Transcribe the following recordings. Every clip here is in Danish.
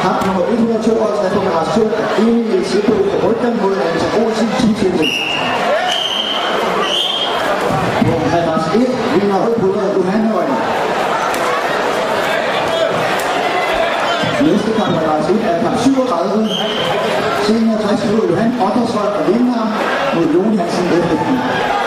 Kamp nummer 152 på Maras 2 er Emil Sippo på ryggen mod Anton Olsen Tiflinde. På Maras 1 vinder holdbryderen Johan Højen. Næste kamp Maras 1 er kamp 37. Senior 60 mod Johan Ottersvold og Lindhardt mod Jon Hansen Efterhånden.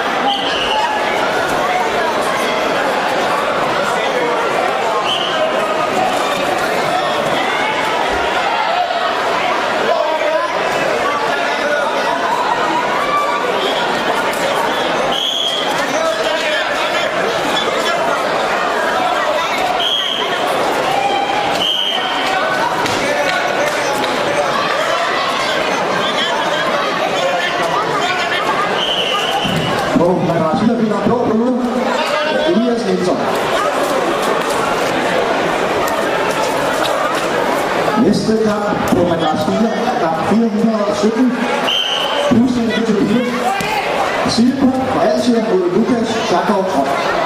Næste kamp på Madras 4 er kamp 417. Husene til Tyrkiet. Silpo fra Alsien mod Lukas Jakov.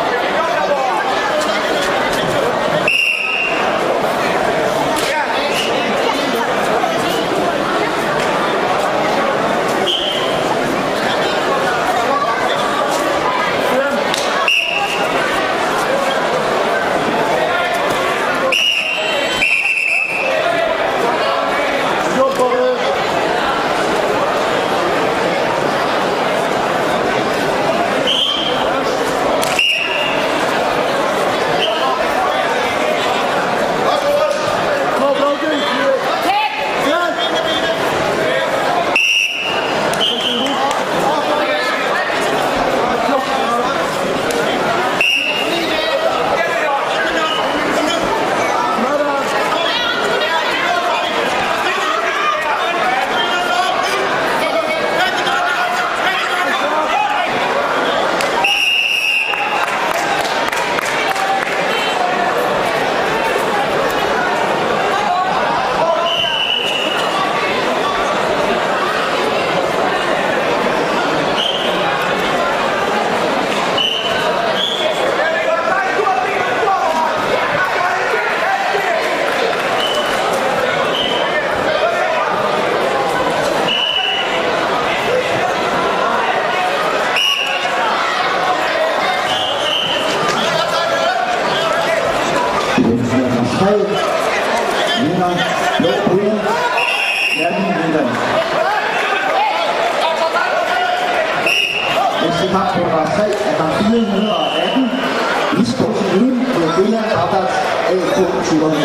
Næste kamp på Maras 3 er kamp 418. Isborg til Lyn på Billard Arbejds AK Turen.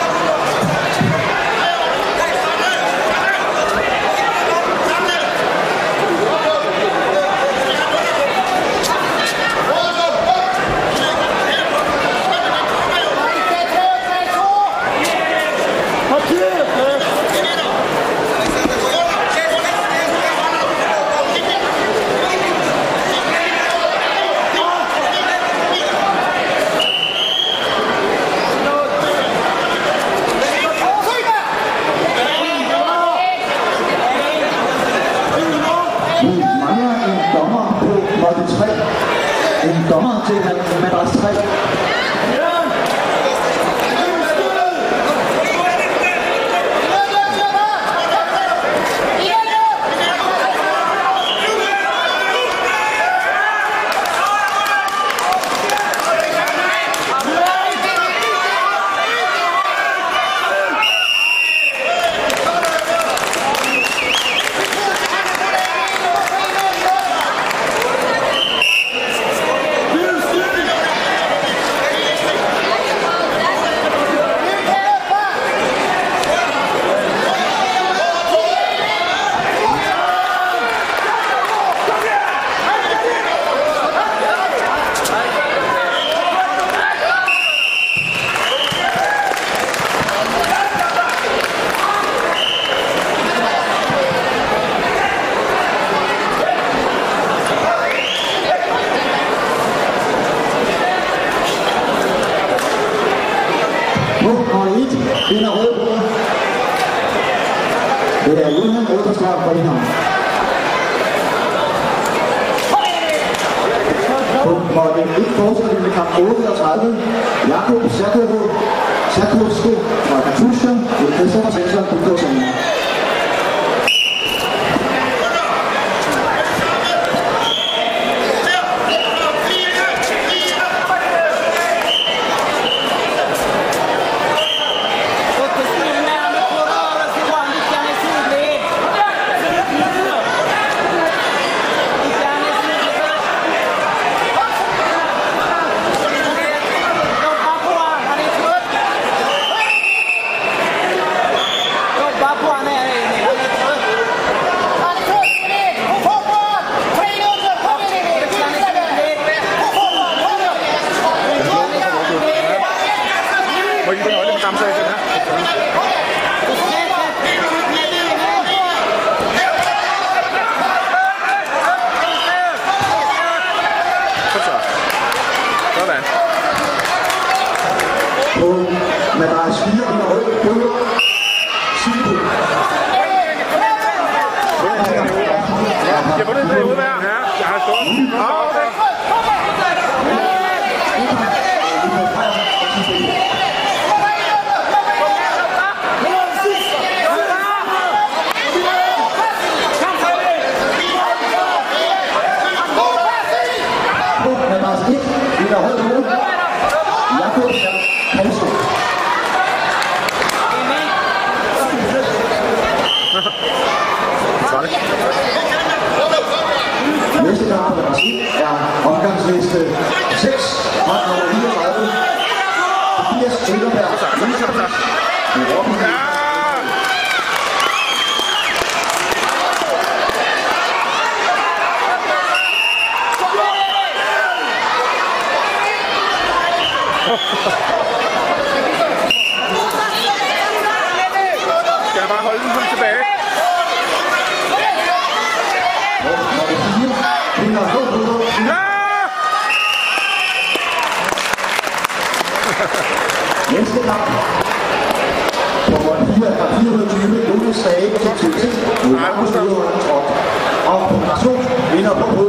En dommer til Madras 3. Vinder rødbrød. Det er Johan Rødbergsgaard for Lindhardt. Måtte ikke fortsætte med kamp 38. Jakob Sjakovo fra Katusha Christoffer Svensson, Guldgårdsen. Men der er 4 under rød, bøger, Silkeborg. Jeg får det til udvær. Ja, jeg har stået. Men der er 1 under rød, bøger, Jakob Hansen. Næste kamp med Brasil er omgangsliste 6, hold nummer 39, Tobias Søderberg, Skal jeg bare holde den sådan tilbage? Næste kamp på 420 Jonas Stage til TT mod Markus Løberholm og på 2 vinder på